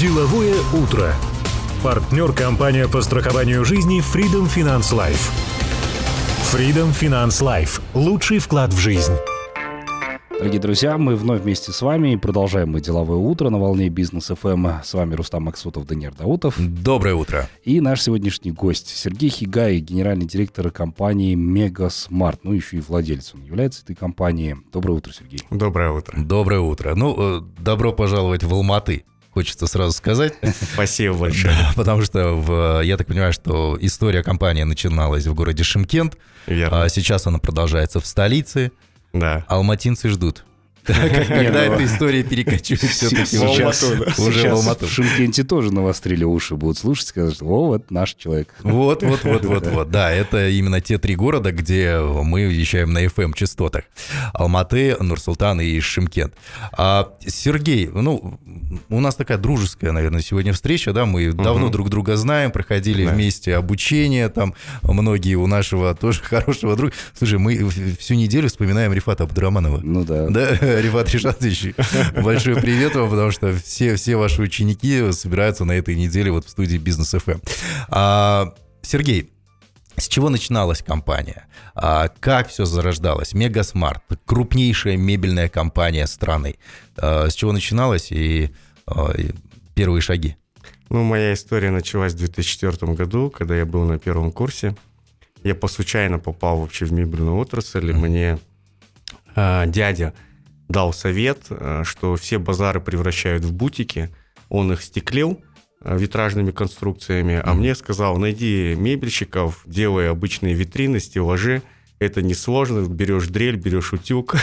Деловое утро. Партнер — компания по страхованию жизни Freedom Finance Life. Freedom Finance Life. Лучший вклад в жизнь. Дорогие друзья, мы вновь вместе с вами продолжаем мы деловое утро на волне Бизнес ФМ. С вами Рустам Максутов, Даниил Даутов. Доброе утро. И наш сегодняшний гость Сергей Хигай, генеральный директор компании Мегасмарт. Ну, еще и владелец он является этой компанией. Доброе утро, Сергей. Доброе утро. Доброе утро. Добро пожаловать в Алматы. Хочется сразу сказать. Спасибо большое. Да, потому что я так понимаю, что история компании начиналась в городе Шымкент. Верно. А сейчас она продолжается в столице. Да. Алматинцы ждут. Когда эта история перекочует все-таки сейчас уже в Алмату. В Шымкенте тоже навострили уши, будут слушать, сказать, что вот наш человек. Вот. Да, это именно те три города, где мы вещаем на FM-частотах. Алматы, Нур-Султан и Шымкент. Сергей, у нас такая дружеская, наверное, сегодня встреча, да, мы давно друг друга знаем, проходили вместе обучение, там многие у нашего тоже хорошего друга. Слушай, мы всю неделю вспоминаем Рифата Абдураманова. Ну да. Да, Рифат Ришатович, большой привет вам, потому что все ваши ученики собираются на этой неделе вот в студии Бизнес ФМ. Сергей, с чего начиналась компания? Как все зарождалось? Мегасмарт, крупнейшая мебельная компания страны. С чего начиналось и первые шаги? Моя история началась в 2004 году, когда я был на первом курсе. Я случайно попал вообще в мебельную отрасль, и мне дядя дал совет, что все базары превращают в бутики. Он их стеклил витражными конструкциями, а мне сказал, найди мебельщиков, делай обычные витрины, стеллажи. Это несложно, берешь дрель, берешь утюг,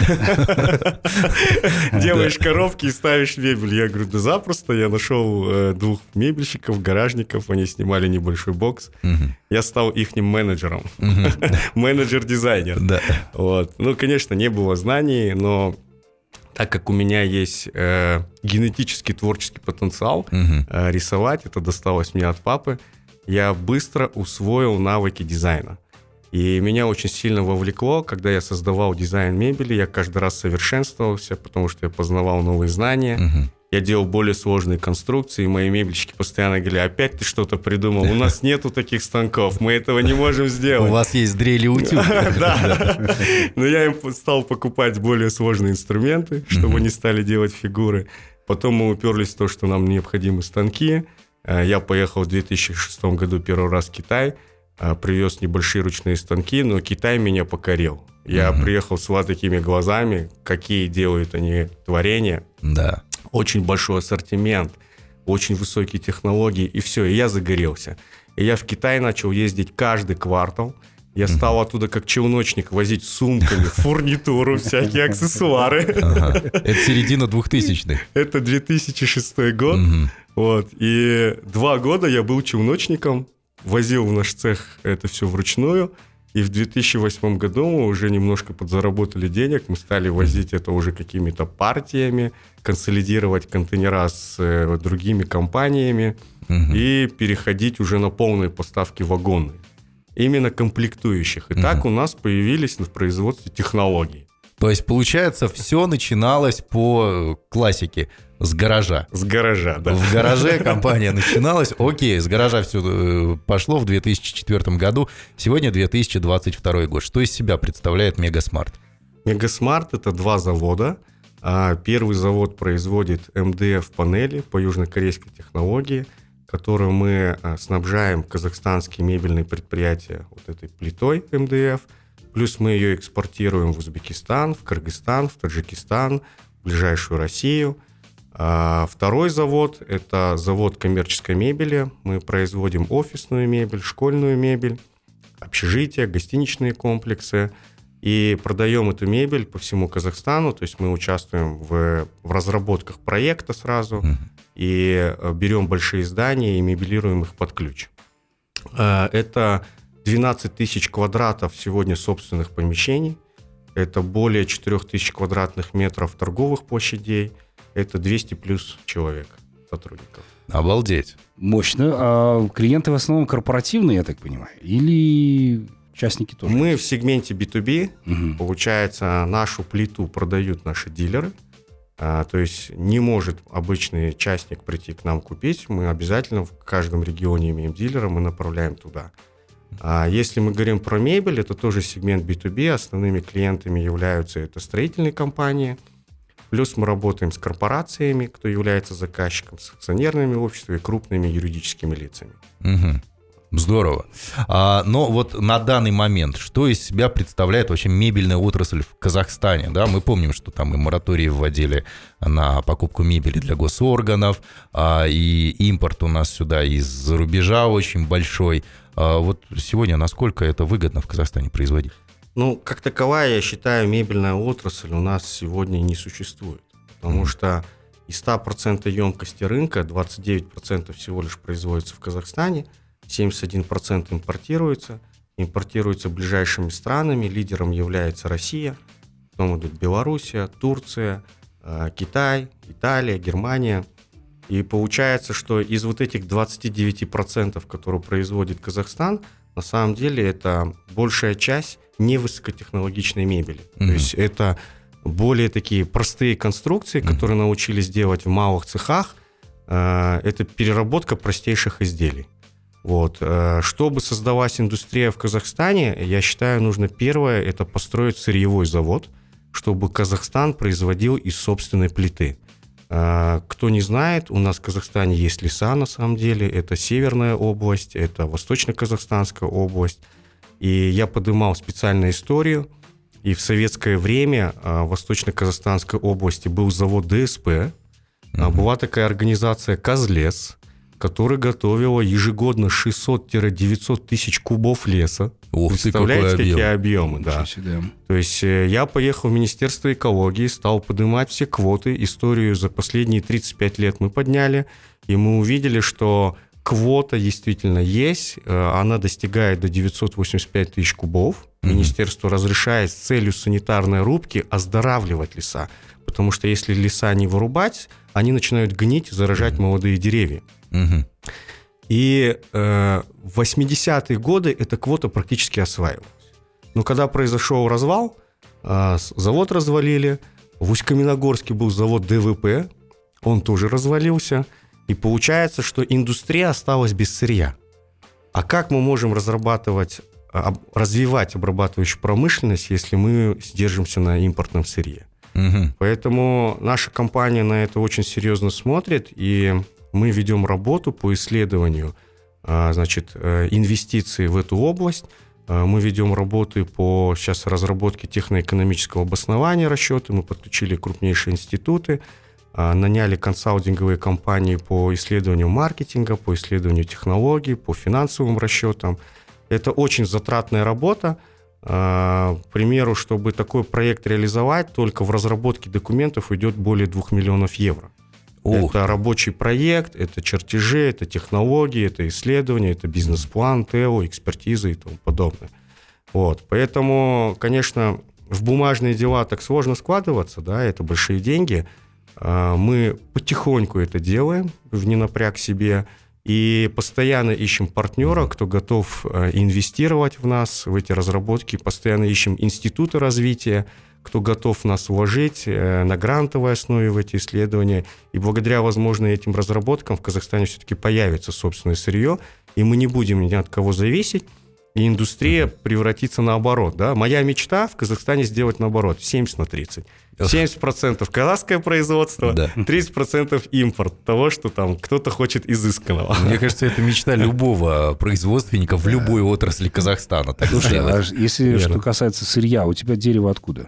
делаешь коробки и ставишь мебель. Я говорю, да запросто. Я нашел двух мебельщиков, гаражников, они снимали небольшой бокс. Я стал ихним менеджером, менеджер-дизайнер. Конечно, не было знаний, но так как у меня есть генетический творческий потенциал рисовать, это досталось мне от папы, я быстро усвоил навыки дизайна. И меня очень сильно вовлекло, когда я создавал дизайн мебели, я каждый раз совершенствовался, потому что я познавал новые знания. Я делал более сложные конструкции, и мои мебельщики постоянно говорили, опять ты что-то придумал, у нас нету таких станков, мы этого не можем сделать. У вас есть дрель и утюг. Да, но я им стал покупать более сложные инструменты, чтобы они стали делать фигуры. Потом мы уперлись в то, что нам необходимы станки. Я поехал в 2006 году первый раз в Китай, привез небольшие ручные станки, но Китай меня покорил. Я приехал с такими глазами, какие делают они творения. Да. Очень большой ассортимент, очень высокие технологии, и все, и я загорелся. И я в Китай начал ездить каждый квартал. Я стал оттуда как челночник возить сумками, фурнитуру, всякие аксессуары. Это середина 2000-х. Это 2006 год. И 2 года я был челночником, возил в наш цех это все вручную. И в 2008 году мы уже немножко подзаработали денег, мы стали возить это уже какими-то партиями, консолидировать контейнера с другими компаниями и переходить уже на полные поставки вагонные, именно комплектующих. И так у нас появились на производстве технологий. То есть, получается, все начиналось по классике. С гаража. С гаража, да. В гараже компания начиналась. Окей, с гаража все пошло в 2004 году. Сегодня 2022 год. Что из себя представляет Мегасмарт? Мегасмарт – это 2 завода. Первый завод производит МДФ-панели по южнокорейской технологии, которую мы снабжаем казахстанские мебельные предприятия вот этой плитой МДФ. Плюс мы ее экспортируем в Узбекистан, в Кыргызстан, в Таджикистан, в ближайшую Россию. Второй завод – это завод коммерческой мебели. Мы производим офисную мебель, школьную мебель, общежития, гостиничные комплексы. И продаем эту мебель по всему Казахстану. То есть мы участвуем в разработках проекта сразу и берем большие здания и мебелируем их под ключ. Это 12 тысяч квадратов сегодня собственных помещений. Это более 4 тысяч квадратных метров торговых площадей. Это 200 плюс человек, сотрудников. Обалдеть. Мощно. А клиенты в основном корпоративные, я так понимаю? Или частники тоже? Мы в сегменте B2B. Получается, нашу плиту продают наши дилеры. То есть не может обычный частник прийти к нам купить, мы обязательно в каждом регионе имеем дилера, мы направляем туда. Если мы говорим про мебель, это тоже сегмент B2B, основными клиентами являются это строительные компании, плюс мы работаем с корпорациями, кто является заказчиком, с акционерными обществами и крупными юридическими лицами. Угу. Здорово. Но вот на данный момент, что из себя представляет вообще мебельная отрасль в Казахстане? Да, мы помним, что там и моратории вводили на покупку мебели для госорганов, и импорт у нас сюда из-за рубежа очень большой. Вот сегодня насколько это выгодно в Казахстане производить? Как таковая, я считаю, мебельная отрасль у нас сегодня не существует, потому что из 100% емкости рынка 29% всего лишь производится в Казахстане, 71% импортируется ближайшими странами, лидером является Россия, потом идут Белоруссия, Турция, Китай, Италия, Германия. И получается, что из вот этих 29%, которые производит Казахстан, на самом деле это большая часть невысокотехнологичной мебели. То есть это более такие простые конструкции, которые научились делать в малых цехах, это переработка простейших изделий. Чтобы создавалась индустрия в Казахстане, я считаю, нужно первое, это построить сырьевой завод, чтобы Казахстан производил из собственной плиты. Кто не знает, у нас в Казахстане есть леса, на самом деле, это Северная область, это Восточно-Казахстанская область, и я поднимал специальную историю, и в советское время в Восточно-Казахстанской области был завод ДСП, была такая организация «Казлес», которая готовила ежегодно 600-900 тысяч кубов леса. Представляете, какие объемы? Да. То есть я поехал в Министерство экологии, стал поднимать все квоты. Историю за последние 35 лет мы подняли, и мы увидели, что квота действительно есть. Она достигает до 985 тысяч кубов. Министерство разрешает с целью санитарной рубки оздоравливать леса. Потому что если леса не вырубать, они начинают гнить, заражать молодые деревья. И в 80-е годы эта квота практически осваивалась. Но когда произошел развал, завод развалили, в Усть-Каменогорске был завод ДВП, он тоже развалился, и получается, что индустрия осталась без сырья. А как мы можем развивать обрабатывающую промышленность, если мы держимся на импортном сырье? Поэтому наша компания на это очень серьезно смотрит, и мы ведем работу по исследованию инвестиций в эту область. Мы ведем работы по сейчас разработке техноэкономического обоснования расчета. Мы подключили крупнейшие институты, наняли консалтинговые компании по исследованию маркетинга, по исследованию технологий, по финансовым расчетам. Это очень затратная работа. К примеру, чтобы такой проект реализовать, только в разработке документов идет более 2 миллионов евро. Это рабочий проект, это чертежи, это технологии, это исследования, это бизнес-план, ТЭО, экспертиза и тому подобное. Поэтому, конечно, в бумажные дела так сложно складываться, да, это большие деньги. Мы потихоньку это делаем, в ненапряг себе, и постоянно ищем партнера, кто готов инвестировать в нас, в эти разработки, постоянно ищем институты развития, кто готов нас вложить на грантовой основе в эти исследования. И благодаря, возможно, этим разработкам в Казахстане все-таки появится собственное сырье, и мы не будем ни от кого зависеть, и индустрия превратится наоборот. Да? Моя мечта в Казахстане сделать наоборот, 70/30. 70% казахское производство, 30% импорт того, что там кто-то хочет изысканного. Мне кажется, это мечта любого производственника в любой отрасли Казахстана. Слушай, а если что касается сырья, у тебя дерево откуда?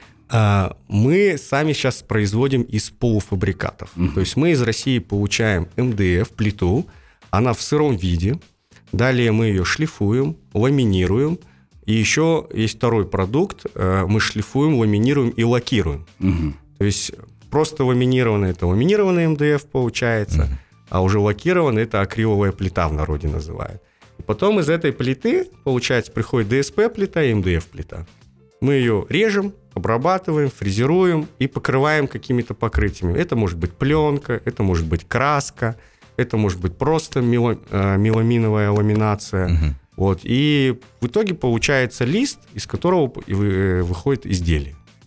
Мы сами сейчас производим из полуфабрикатов. То есть мы из России получаем МДФ, плиту, она в сыром виде. Далее мы ее шлифуем, ламинируем. И еще есть второй продукт. Мы шлифуем, ламинируем и лакируем. То есть просто ламинированный – это ламинированный МДФ получается, а уже лакированный – это акриловая плита в народе называют. И потом из этой плиты, получается, приходит ДСП-плита и МДФ-плита. Мы ее режем, обрабатываем, фрезеруем и покрываем какими-то покрытиями. Это может быть пленка, это может быть краска, это может быть просто меламиновая ламинация. И в итоге получается лист, из которого выходит изделие.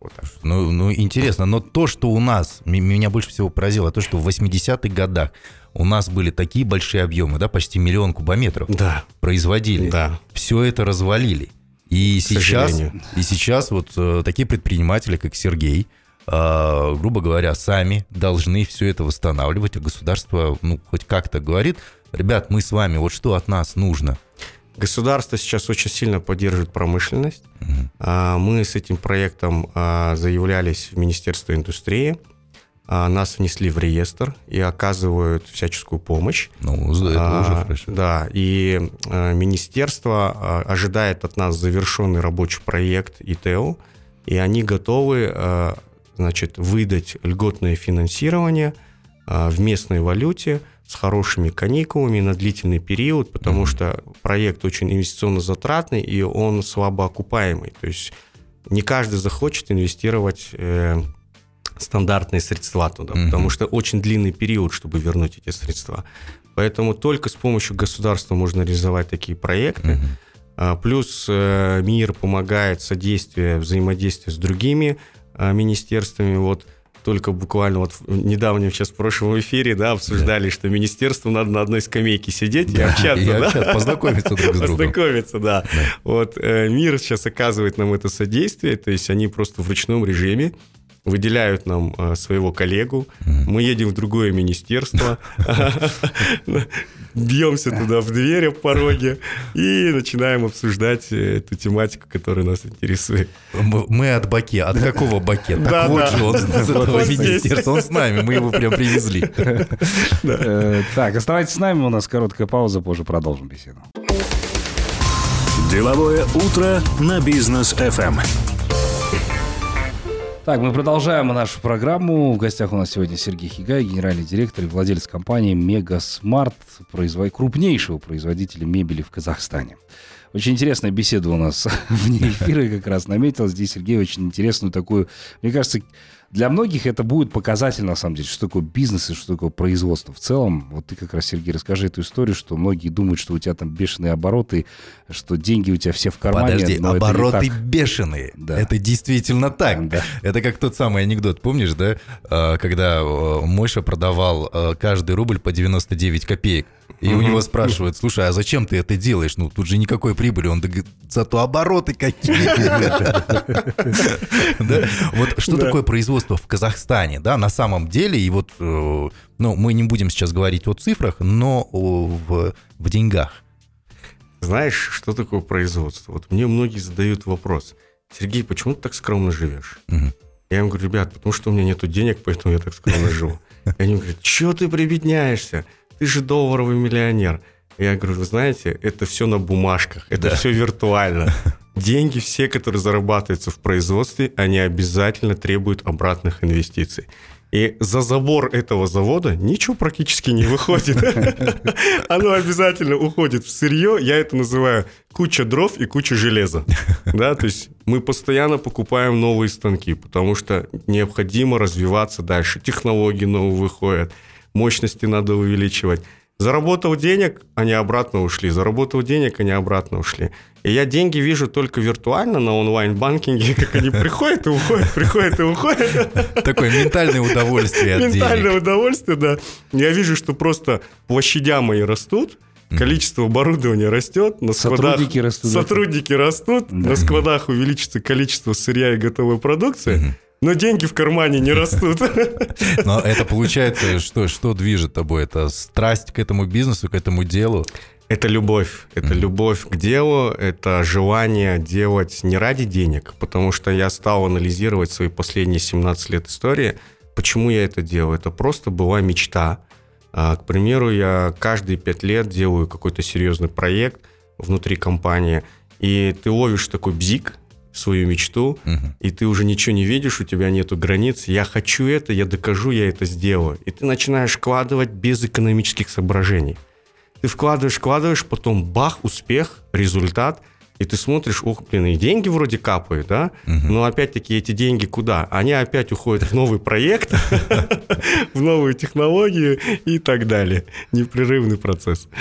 Вот так. Ну, интересно, но то, что у нас, меня больше всего поразило, то, что в 80-х годах у нас были такие большие объемы, да, почти 1 миллион кубометров производили. Да. Все это развалили. И сейчас вот такие предприниматели, как Сергей, грубо говоря, сами должны все это восстанавливать, а государство, хоть как-то говорит: ребят, мы с вами, вот что от нас нужно? Государство сейчас очень сильно поддерживает промышленность. Мы с этим проектом заявлялись в Министерство индустрии. Нас внесли в реестр и оказывают всяческую помощь. Ну, это уже хорошо. Да, и министерство ожидает от нас завершенный рабочий проект ИТЭО, и они готовы, выдать льготное финансирование в местной валюте с хорошими каникулами на длительный период, потому что проект очень инвестиционно затратный, и он слабо окупаемый. То есть не каждый захочет инвестировать стандартные средства туда, потому что очень длинный период, чтобы вернуть эти средства. Поэтому только с помощью государства можно реализовать такие проекты. Плюс МИР помогает взаимодействие с другими министерствами. Вот только буквально недавно, сейчас в прошлом эфире, обсуждали, что министерству надо на одной скамейке сидеть и общаться. Познакомиться друг с другом. Познакомиться, да. Вот МИР сейчас оказывает нам это содействие, то есть они просто в ручном режиме выделяют нам своего коллегу, мы едем в другое министерство, бьемся туда в дверь, в пороге и начинаем обсуждать эту тематику, которая нас интересует. Мы от Баке. От какого Баке? Так вот же он с этого министерства, он с нами, мы его прям привезли. Так, оставайтесь с нами, у нас короткая пауза, позже продолжим беседу. Деловое утро на Бизнес FM. Так, мы продолжаем нашу программу. В гостях у нас сегодня Сергей Хигай, генеральный директор и владелец компании Мегасмарт, крупнейшего производителя мебели в Казахстане. Очень интересная беседа у нас вне эфира как раз наметилась. Здесь Сергей очень интересную такую, мне кажется, для многих это будет показатель, на самом деле, что такое бизнес и что такое производство. В целом, вот ты как раз, Сергей, расскажи эту историю, что многие думают, что у тебя там бешеные обороты, что деньги у тебя все в кармане. Подожди, обороты бешеные. Да. Это действительно так. Да. Это как тот самый анекдот, помнишь, да? Когда Мойша продавал каждый рубль по 99 копеек. И у него спрашивают: слушай, а зачем ты это делаешь? Ну, тут же никакой прибыли. Он говорит: зато обороты какие. Вот что такое производство в Казахстане, да, на самом деле, и вот, мы не будем сейчас говорить о цифрах, но в деньгах. Знаешь, что такое производство? Вот мне многие задают вопрос: Сергей, почему ты так скромно живешь? Я им говорю: ребят, потому что у меня нету денег, поэтому я так скромно живу. И они говорят: чего ты прибедняешься? Ты же долларовый миллионер. Я говорю: вы знаете, это все на бумажках, это все виртуально. Деньги все, которые зарабатываются в производстве, они обязательно требуют обратных инвестиций. И за забор этого завода ничего практически не выходит. Оно обязательно уходит в сырье. Я это называю куча дров и куча железа. Да, то есть мы постоянно покупаем новые станки, потому что необходимо развиваться дальше. Технологии новые выходят, мощности надо увеличивать. Заработал денег, они обратно ушли. Заработал денег, они обратно ушли. И я деньги вижу только виртуально на онлайн-банкинге, как они приходят и уходят, приходят и уходят. Такое ментальное удовольствие от денег. Ментальное удовольствие, да. Я вижу, что просто площадя мои растут, количество оборудования растет, на складах сотрудники растут, на складах увеличится количество сырья и готовой продукции. Но деньги в кармане не растут. Но это получается, что движет тобой? Это страсть к этому бизнесу, к этому делу? Это любовь. Это любовь к делу, это желание делать не ради денег, потому что я стал анализировать свои последние 17 лет истории. Почему я это делаю? Это просто была мечта. К примеру, я каждые 5 лет делаю какой-то серьезный проект внутри компании, и ты ловишь такой бзик, свою мечту, и ты уже ничего не видишь, у тебя нету границ. Я хочу это, я докажу, я это сделаю. И ты начинаешь вкладывать без экономических соображений. Ты вкладываешь, потом бах, успех, результат, и ты смотришь: ох, блин, и деньги вроде капают, да? Но опять-таки эти деньги куда? Они опять уходят в новый проект, в новую технологию и так далее. Непрерывный процесс.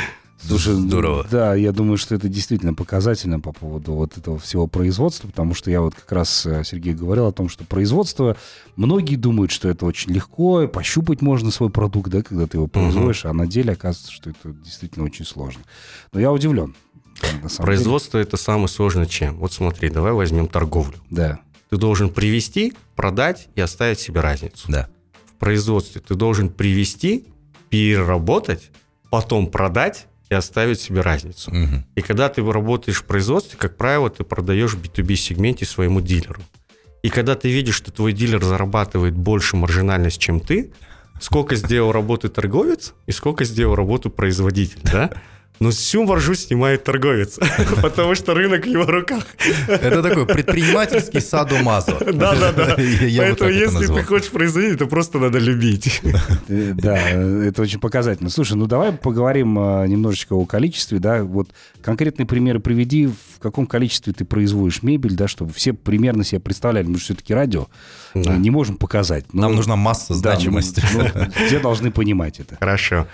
Слушай, здорово. Да, я думаю, что это действительно показательно по поводу вот этого всего производства, потому что я вот как раз, Сергей, говорил о том, что производство, многие думают, что это очень легко, пощупать можно свой продукт, да, когда ты его производишь, а на деле оказывается, что это действительно очень сложно. Но я удивлен. Производство это самое сложное чем. Вот смотри, давай возьмем торговлю. Да. Ты должен привезти, продать и оставить себе разницу. Да. В производстве ты должен привезти, переработать, потом продать и оставить себе разницу. Угу. И когда ты работаешь в производстве, как правило, ты продаешь в B2B-сегменте своему дилеру. И когда ты видишь, что твой дилер зарабатывает больше маржинальность, чем ты, сколько сделал работы торговец и сколько сделал работу производитель, да? Но всю маржу снимает торговец, потому что рынок в его руках. Это такой предпринимательский садо-мазо. Да. Поэтому если ты хочешь производить, то просто надо любить. Да, это очень показательно. Слушай, ну давай поговорим немножечко о количестве, да, вот конкретные примеры приведи, в каком количестве ты производишь мебель, да, чтобы все примерно себе представляли, мы же все-таки радио, не можем показать. Нам нужна масса значимости. Все должны понимать это. Хорошо.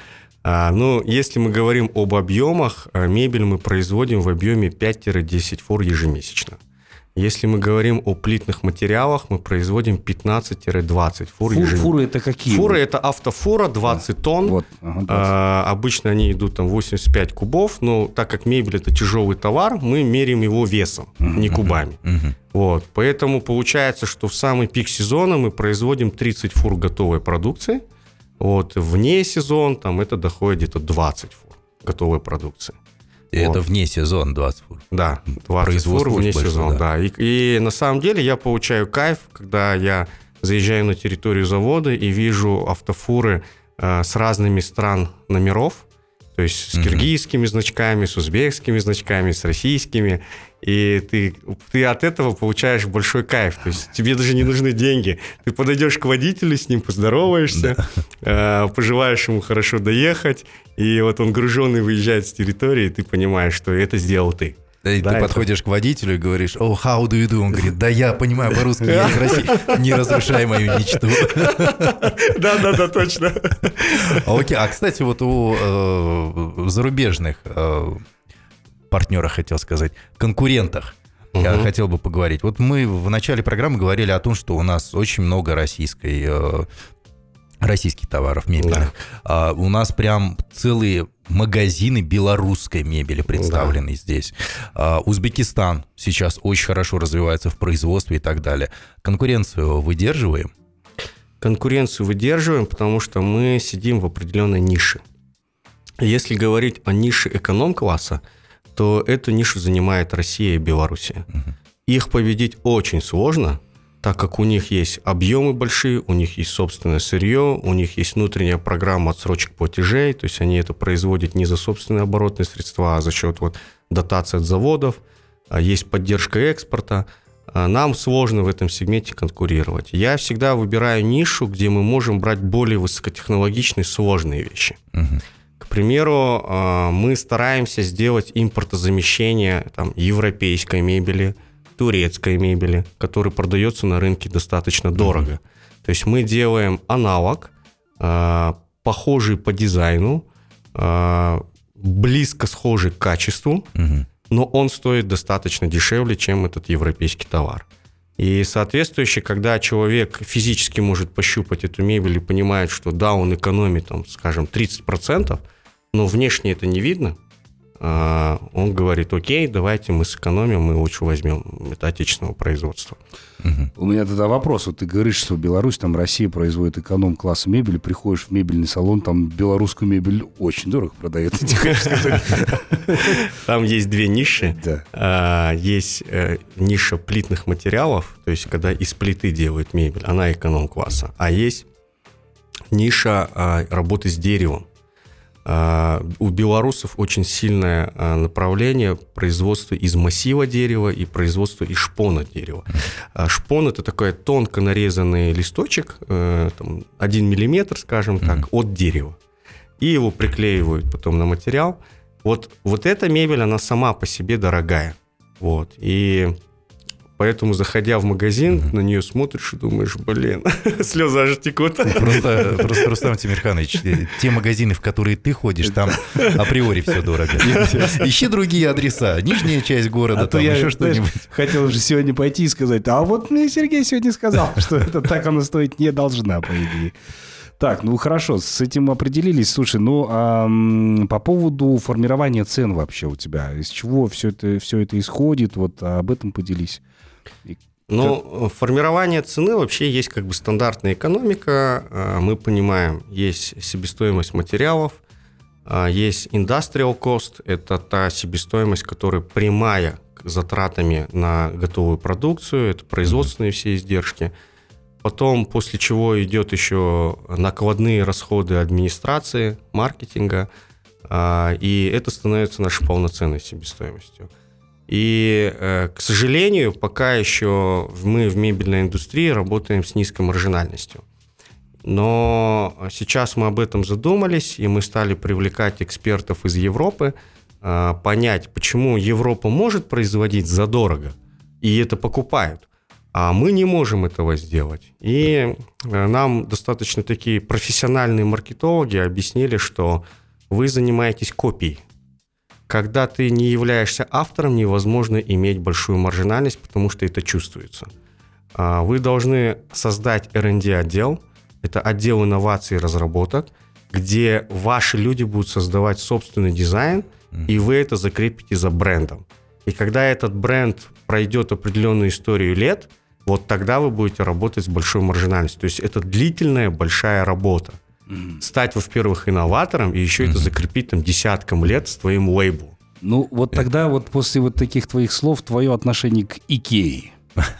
Ну, если мы говорим об объемах, мебель мы производим в объеме 5-10 фур ежемесячно. Если мы говорим о плитных материалах, мы производим 15-20 фур ежемесячно. Фуры это какие? Фуры это автофура, 20 тонн. Вот. Ага, 20. Обычно они идут там 85 кубов, но так как мебель это тяжелый товар, мы меряем его весом, не кубами. Вот. Поэтому получается, что в самый пик сезона мы производим 30 фур готовой продукции. Вот, вне сезон, там это доходит где-то 20 фур готовой продукции. И вот. Это вне сезон 20 фур. Да, 20 фур вне сезон, да. И на самом деле я получаю кайф, когда я заезжаю на территорию завода и вижу автофуры с разными стран номеров, то есть с киргизскими значками, с узбекскими значками, с российскими. И ты от этого получаешь большой кайф. То есть тебе даже не нужны деньги. Ты подойдешь к водителю, с ним поздороваешься, пожелаешь ему хорошо доехать, и вот он груженный выезжает с территории, и ты понимаешь, что это сделал ты. И ты подходишь к водителю и говоришь: «Oh, how do you do?» Он говорит: «Да я понимаю по-русски, я из России, не разрушай мою мечту». Да, точно. Окей, а кстати, вот у зарубежных партнерах, хотел сказать, конкурентах, я хотел бы поговорить. Вот мы в начале программы говорили о том, что у нас очень много российских товаров мебельных. Да. У нас прям целые магазины белорусской мебели представлены здесь. Узбекистан сейчас очень хорошо развивается в производстве и так далее. Конкуренцию выдерживаем? Конкуренцию выдерживаем, потому что мы сидим в определенной нише. Если говорить о нише эконом-класса, то эту нишу занимает Россия и Белоруссия. Их победить очень сложно, так как у них есть объемы большие, у них есть собственное сырье, у них есть внутренняя программа отсрочек платежей, то есть они это производят не за собственные оборотные средства, а за счет дотаций от заводов, есть поддержка экспорта. Нам сложно в этом сегменте конкурировать. Я всегда выбираю нишу, где мы можем брать более высокотехнологичные, сложные вещи. К примеру, мы стараемся сделать импортозамещение европейской мебели, турецкой мебели, который продается на рынке достаточно дорого. То есть мы делаем аналог, похожий по дизайну, близко схожий к качеству, но он стоит достаточно дешевле, чем этот европейский товар. И соответствующе, когда человек физически может пощупать эту мебель и понимает, что да, он экономит, скажем, 30%, но внешне это не видно, он говорит: окей, давайте мы сэкономим, мы лучше возьмем это отечественного производства. У меня тогда вопрос. Вот ты говоришь, что Беларусь, там Россия производит эконом-класс мебели, приходишь в мебельный салон, там белорусскую мебель очень дорого продают. Там есть две ниши. Есть ниша плитных материалов, то есть когда из плиты делают мебель, она эконом-класса. А есть ниша работы с деревом. У белорусов очень сильное направление производства из массива дерева и производства из шпона дерева. Шпон – это такой тонко нарезанный листочек, 1 миллиметр, скажем так, от дерева. И его приклеивают потом на материал. Вот эта мебель, она сама по себе дорогая. И Поэтому, заходя в магазин, на нее смотришь и думаешь, блин, слезы аж текут. Просто, Рустам Тимирханович, те магазины, в которые ты ходишь, там априори все дорого. Ищи другие адреса, нижняя часть города, там еще что-нибудь. Хотел уже сегодня пойти и сказать, а вот мне Сергей сегодня сказал, что это так оно стоить не должна, по идее. Так, ну хорошо, с этим определились. Слушай, по поводу формирования цен вообще у тебя, из чего все это исходит, вот об этом поделись. Формирование цены вообще есть как бы стандартная экономика. Мы понимаем, есть себестоимость материалов, есть industrial cost, это та себестоимость, которая прямая к затратами на готовую продукцию, это производственные все издержки. Потом, после чего идет еще накладные расходы администрации, маркетинга, и это становится нашей полноценной себестоимостью. И, к сожалению, пока еще мы в мебельной индустрии работаем с низкой маржинальностью. Но сейчас мы об этом задумались, и мы стали привлекать экспертов из Европы, понять, почему Европа может производить задорого, и это покупают, а мы не можем этого сделать. И нам достаточно такие профессиональные маркетологи объяснили, что вы занимаетесь копией. Когда ты не являешься автором, невозможно иметь большую маржинальность, потому что это чувствуется. Вы должны создать R&D-отдел, это отдел инноваций и разработок, где ваши люди будут создавать собственный дизайн, и вы это закрепите за брендом. И когда этот бренд пройдет определенную историю лет, вот тогда вы будете работать с большой маржинальностью. То есть это длительная большая работа. Стать, во-первых, инноватором и еще это закрепить там десяткам лет с твоим лейблом. Ну, вот тогда вот после вот таких твоих слов твое отношение к Икее.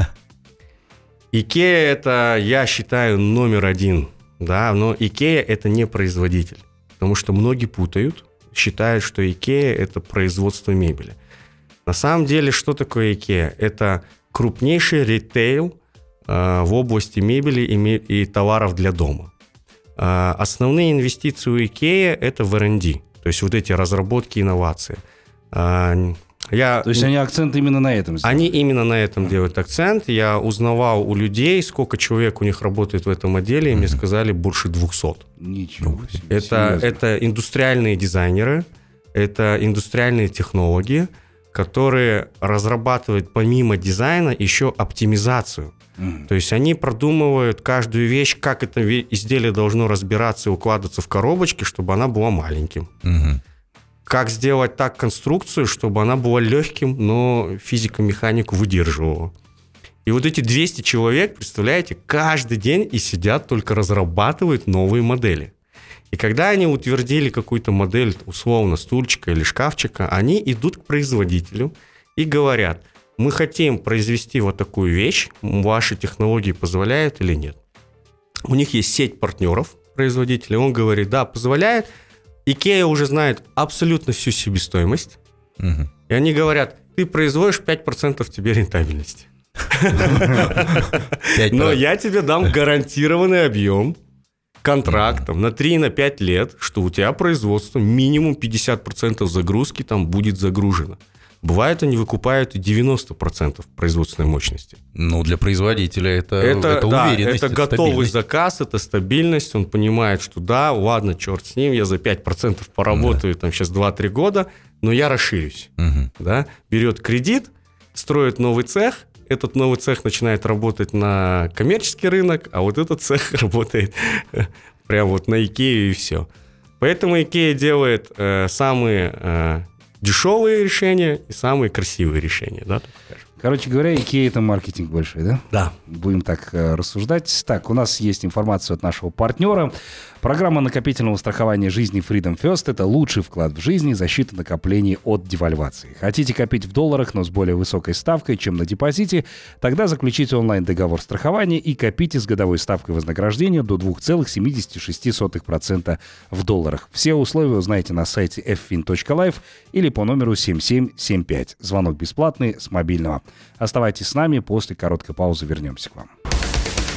Икея – это, я считаю, номер один, да, но Икея – это не производитель, потому что многие путают, считают, что Икея – это производство мебели. На самом деле, что такое Икея? Это крупнейший ритейл в области мебели и товаров для дома. Основные инвестиции у Икеи – это в R&D, то есть вот эти разработки, инновации. То есть они акцент именно на этом сделали? Они именно на этом делают акцент. Я узнавал у людей, сколько человек у них работает в этом отделе, и мне сказали больше 200. Ничего себе. Это индустриальные дизайнеры, это индустриальные технологии, которые разрабатывают помимо дизайна еще оптимизацию. То есть они продумывают каждую вещь, как это изделие должно разбираться и укладываться в коробочки, чтобы она была маленьким. Как сделать так конструкцию, чтобы она была легким, но физико-механику выдерживала. И вот эти 200 человек, представляете, каждый день и сидят, только разрабатывают новые модели. И когда они утвердили какую-то модель, условно, стульчика или шкафчика, они идут к производителю и говорят: мы хотим произвести вот такую вещь, ваши технологии позволяют или нет. У них есть сеть партнеров, производителей, он говорит: да, позволяет. Икея уже знает абсолютно всю себестоимость, и они говорят: ты производишь 5% тебе рентабельности. Но я тебе дам гарантированный объем контрактом на 3-5 лет, что у тебя производство минимум 50% загрузки там будет загружено. Бывает, они выкупают и 90% производственной мощности. Ну, для производителя это уверенность, это готовый заказ, это стабильность. Он понимает, что да, ладно, черт с ним, я за 5% поработаю там сейчас 2-3 года, но я расширюсь. Да? Берет кредит, строит новый цех, этот новый цех начинает работать на коммерческий рынок, а вот этот цех работает прямо вот на Икею и все. Поэтому Икея делает самые дешевые решения и самые красивые решения, да, так скажем. Короче говоря, Икея – это маркетинг большой, да? Да. Будем так рассуждать. Так, у нас есть информация от нашего партнера. Программа накопительного страхования жизни Freedom First – это лучший вклад в жизнь и защита накоплений от девальвации. Хотите копить в долларах, но с более высокой ставкой, чем на депозите? Тогда заключите онлайн-договор страхования и копите с годовой ставкой вознаграждения до 2,76% в долларах. Все условия узнаете на сайте ffin.life или по номеру 7775. Звонок бесплатный с мобильного. Оставайтесь с нами, после короткой паузы вернемся к вам.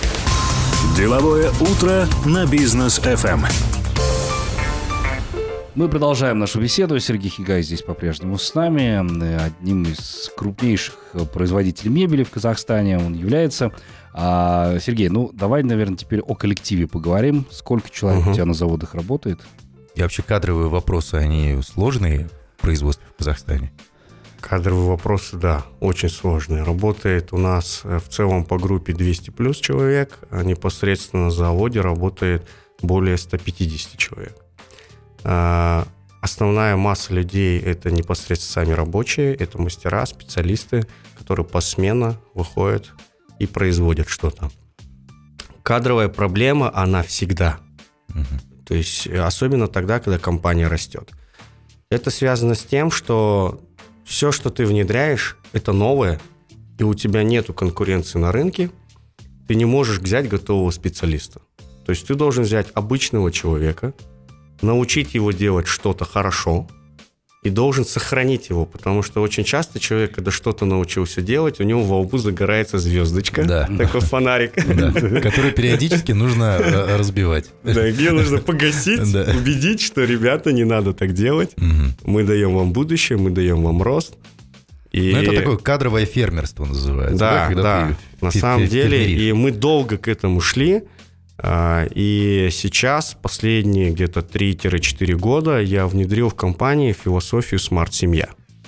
Деловое утро на Бизнес FM. Мы продолжаем нашу беседу. Сергей Хигай здесь по-прежнему с нами. Одним из крупнейших производителей мебели в Казахстане он является. Сергей, давай, наверное, теперь о коллективе поговорим. Сколько человек у тебя на заводах работает? И вообще кадровые вопросы, они сложные в производстве в Казахстане? Кадровые вопросы, да, очень сложные. Работает у нас в целом по группе 200 плюс человек, а непосредственно на заводе работает более 150 человек. Основная масса людей – это непосредственно сами рабочие, это мастера, специалисты, которые посменно выходят и производят что-то. Кадровая проблема, она всегда. То есть особенно тогда, когда компания растет. Это связано с тем, что все, что ты внедряешь, это новое, и у тебя нету конкуренции на рынке, ты не можешь взять готового специалиста. То есть ты должен взять обычного человека, научить его делать что-то хорошо и должен сохранить его, потому что очень часто человек, когда что-то научился делать, у него во лбу загорается звездочка, такой фонарик. Который периодически нужно разбивать. Да, где нужно погасить, убедить, что, ребята, не надо так делать. Мы даем вам будущее, мы даем вам рост. Это такое кадровое фермерство называется. Да, на самом деле. И мы долго к этому шли. И сейчас, последние где-то 3-4 года, я внедрил в компании философию «Смарт-семья».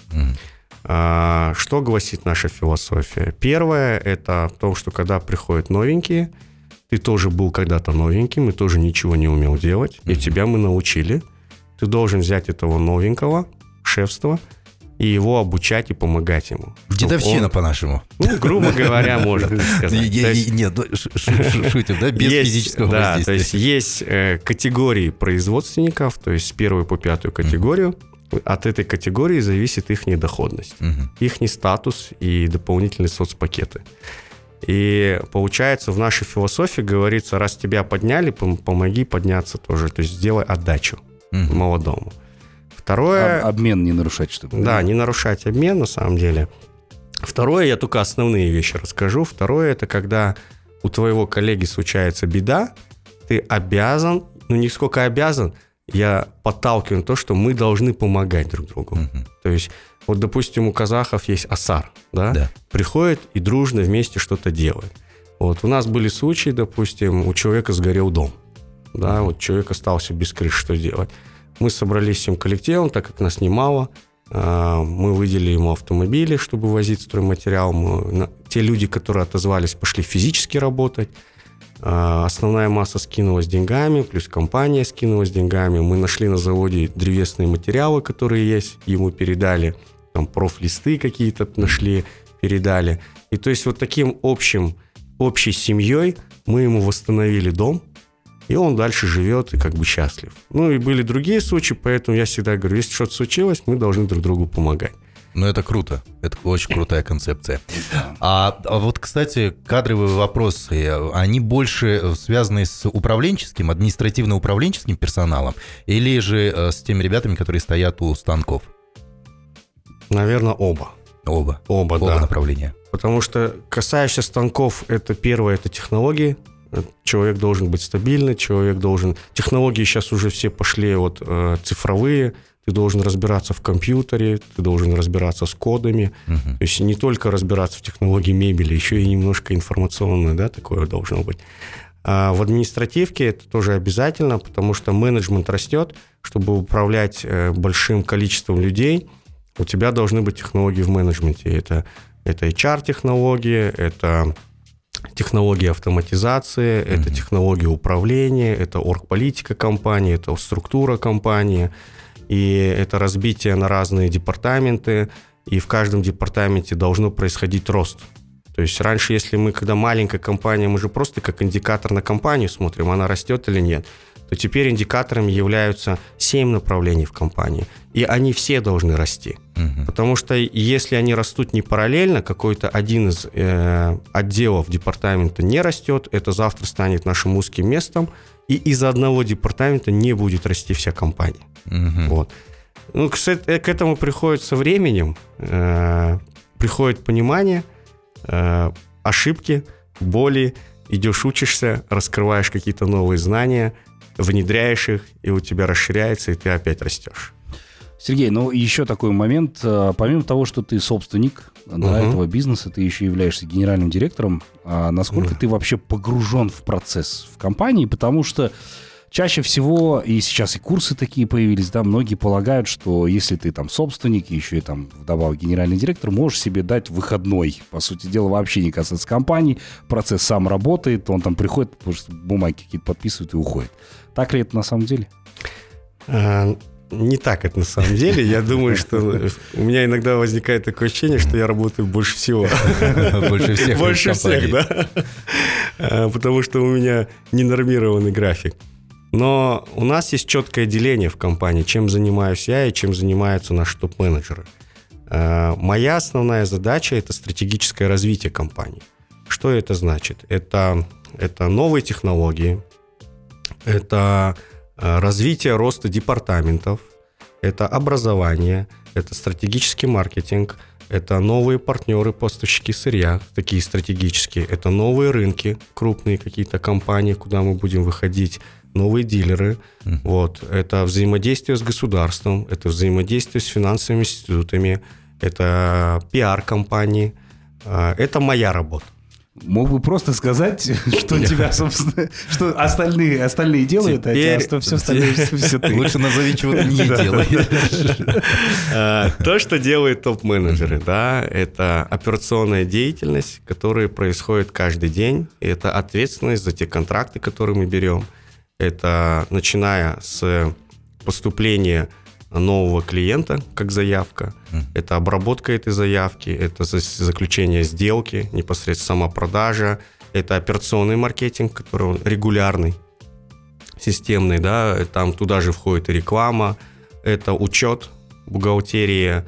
Что гласит наша философия? Первое – это в том, что когда приходят новенькие, ты тоже был когда-то новеньким, и тоже ничего не умел делать, и тебя мы научили. Ты должен взять этого новенького, шефства, и его обучать и помогать ему. Дедовщина по-нашему. Грубо говоря, можно так сказать. Нет, шутим, да? Без физического воздействия. Да, то есть есть категории производственников, то есть с 1 по 5 категорию. От этой категории зависит их доходность, их статус и дополнительные соцпакеты. И получается, в нашей философии говорится, раз тебя подняли, помоги подняться тоже. То есть сделай отдачу молодому. Второе... Обмен не нарушать, чтобы... Да, не нарушать обмен, на самом деле. Второе, я только основные вещи расскажу. Второе, это когда у твоего коллеги случается беда, ты обязан, не сколько обязан, я подталкиваю на то, что мы должны помогать друг другу. То есть, вот, допустим, у казахов есть асар, да? Приходит и дружно вместе что-то делает. Вот, у нас были случаи, допустим, у человека сгорел дом, да, вот человек остался без крыши, что делать? Мы собрались всем коллективом, так как нас немало. Мы выделили ему автомобили, чтобы возить стройматериал. Те люди, которые отозвались, пошли физически работать. Основная масса скинулась деньгами, плюс компания скинулась деньгами. Мы нашли на заводе древесные материалы, которые есть, ему передали. Там профлисты какие-то нашли, передали. И то есть вот таким общей семьей мы ему восстановили дом. И он дальше живет и как бы счастлив. И были другие случаи, поэтому я всегда говорю, если что-то случилось, мы должны друг другу помогать. Это круто. Это очень крутая концепция. А вот, кстати, кадровые вопросы, они больше связаны с управленческим, административно-управленческим персоналом или же с теми ребятами, которые стоят у станков? Наверное, оба. Оба, да. Направления. Потому что касаешься станков, это первое, это технологии. Человек должен быть стабильный, Технологии сейчас уже все пошли цифровые. Ты должен разбираться в компьютере, ты должен разбираться с кодами. То есть не только разбираться в технологии мебели, еще и немножко информационное, да, такое должно быть. А в административке это тоже обязательно, потому что менеджмент растет. Чтобы управлять большим количеством людей, у тебя должны быть технологии в менеджменте. Это HR-технологии, это... технологии автоматизации, это технологии управления, это оргполитика компании, это структура компании, и это разбитие на разные департаменты, и в каждом департаменте должно происходить рост. То есть раньше, когда маленькая компания, мы же просто как индикатор на компанию смотрим, она растет или нет, то теперь индикаторами являются 7 направлений в компании, и они все должны расти. Потому что если они растут не параллельно, какой-то один из отделов департамента не растет, это завтра станет нашим узким местом, и из одного департамента не будет расти вся компания. Вот. К этому приходит со временем, приходит понимание, ошибки, боли, идешь, учишься, раскрываешь какие-то новые знания, внедряешь их, и у тебя расширяется, и ты опять растешь. Сергей, ну еще такой момент. Помимо того, что ты собственник этого бизнеса, ты еще являешься генеральным директором. Насколько ты вообще погружен в процесс в компании? Потому что чаще всего, и сейчас и курсы такие появились, да, многие полагают, что если ты там собственник, и еще и там вдобавок генеральный директор, можешь себе дать выходной. По сути дела, вообще не касается компании, процесс сам работает, он там приходит, бумаги какие-то подписывает и уходит. Так ли это на самом деле? Не так это на самом деле. Я думаю, что у меня иногда возникает такое ощущение, что я работаю больше всего. Больше всех. Больше всех, да. Потому что у меня ненормированный график. Но у нас есть четкое деление в компании, чем занимаюсь я и чем занимаются наши топ-менеджеры. Моя основная задача – это стратегическое развитие компании. Что это значит? Это новые технологии, это развитие роста департаментов, это образование, это стратегический маркетинг, это новые партнеры, поставщики сырья, такие стратегические, это новые рынки, крупные какие-то компании, куда мы будем выходить, новые дилеры, вот, это взаимодействие с государством, это взаимодействие с финансовыми институтами, это пиар-компании, это моя работа. Мог бы просто сказать, что тебя, собственно, что остальные делают, а все остальное все ты. Лучше назови, чего ты не делаешь. То, что делают топ-менеджеры, да, это операционная деятельность, которая происходит каждый день. Это ответственность за те контракты, которые мы берем. Это начиная с поступления нового клиента, как заявка, это обработка этой заявки, это заключение сделки, непосредственно сама продажа, это операционный маркетинг, который регулярный, системный, да, там туда же входит и реклама, это учет, бухгалтерия,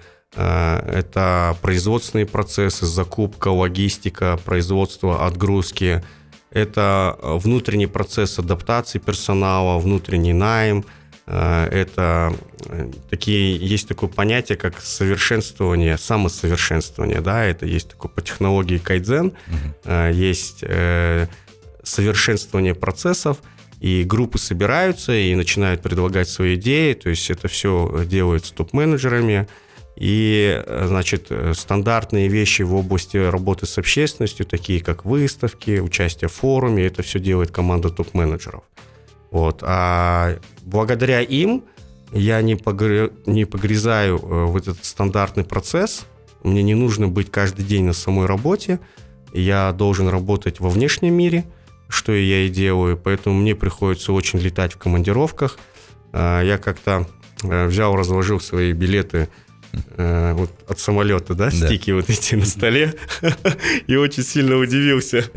это производственные процессы, закупка, логистика, производство, отгрузки, это внутренний процесс адаптации персонала, внутренний найм. Это есть такое понятие, как совершенствование, самосовершенствование, да, это есть такое по технологии кайдзен, есть совершенствование процессов, и группы собираются и начинают предлагать свои идеи, то есть это все делается топ-менеджерами, и, значит, стандартные вещи в области работы с общественностью, такие как выставки, участие в форуме, это все делает команда топ-менеджеров. Вот. А благодаря им я не погрязаю в этот стандартный процесс. Мне не нужно быть каждый день на самой работе. Я должен работать во внешнем мире, что я и делаю. Поэтому мне приходится очень летать в командировках. Я как-то разложил свои билеты вот от самолета, да, стики вот эти на столе, и очень сильно удивился.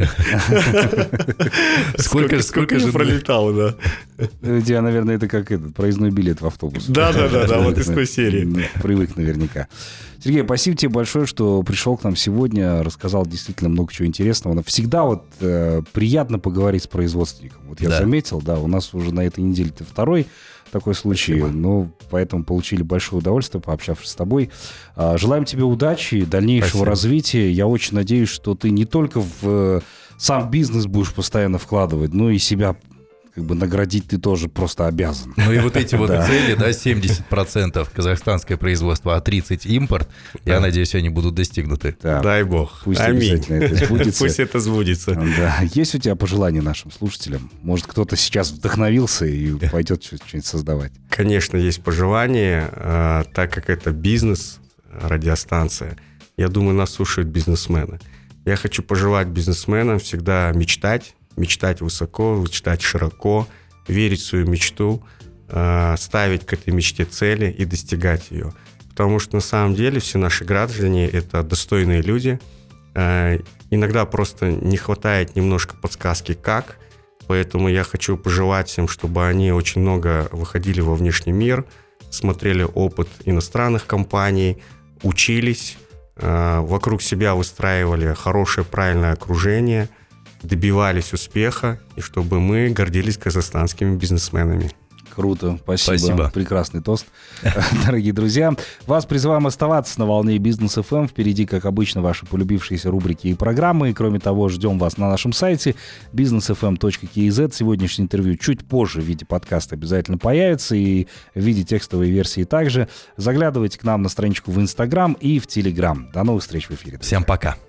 Сколько же пролетало, да. У тебя, наверное, это как проездной билет в автобус. Да, вот из той серии. Привык наверняка. Сергей, спасибо тебе большое, что пришел к нам сегодня, рассказал действительно много чего интересного. Всегда вот приятно поговорить с производственником. Вот я заметил, да, у нас уже на этой неделе ты второй такой случай, но поэтому получили большое удовольствие, пообщавшись с тобой. Желаем тебе удачи, дальнейшего развития. Я очень надеюсь, что ты не только в сам бизнес будешь постоянно вкладывать, но и себя как бы наградить ты тоже просто обязан. Ну и вот эти вот цели, да, 70% казахстанское производство, а 30% импорт, я надеюсь, они будут достигнуты. Да. Дай бог. Пусть обязательно это сбудется. Пусть это сбудется. Да. Есть у тебя пожелания нашим слушателям? Может, кто-то сейчас вдохновился и пойдет что-нибудь создавать? Конечно, есть пожелания, так как это бизнес, радиостанция. Я думаю, нас слушают бизнесмены. Я хочу пожелать бизнесменам всегда мечтать высоко, мечтать широко, верить в свою мечту, ставить к этой мечте цели и достигать ее. Потому что на самом деле все наши граждане – это достойные люди. Иногда просто не хватает немножко подсказки «как». Поэтому я хочу пожелать всем, чтобы они очень много выходили во внешний мир, смотрели опыт иностранных компаний, учились, вокруг себя выстраивали хорошее, правильное окружение – добивались успеха, и чтобы мы гордились казахстанскими бизнесменами. Круто, спасибо. Прекрасный тост, дорогие друзья. Вас призываем оставаться на волне Бизнес ФМ. Впереди, как обычно, ваши полюбившиеся рубрики и программы. И, кроме того, ждем вас на нашем сайте businessfm.kz. Сегодняшнее интервью чуть позже в виде подкаста обязательно появится и в виде текстовой версии также. Заглядывайте к нам на страничку в Инстаграм и в Телеграм. До новых встреч в эфире. Всем пока.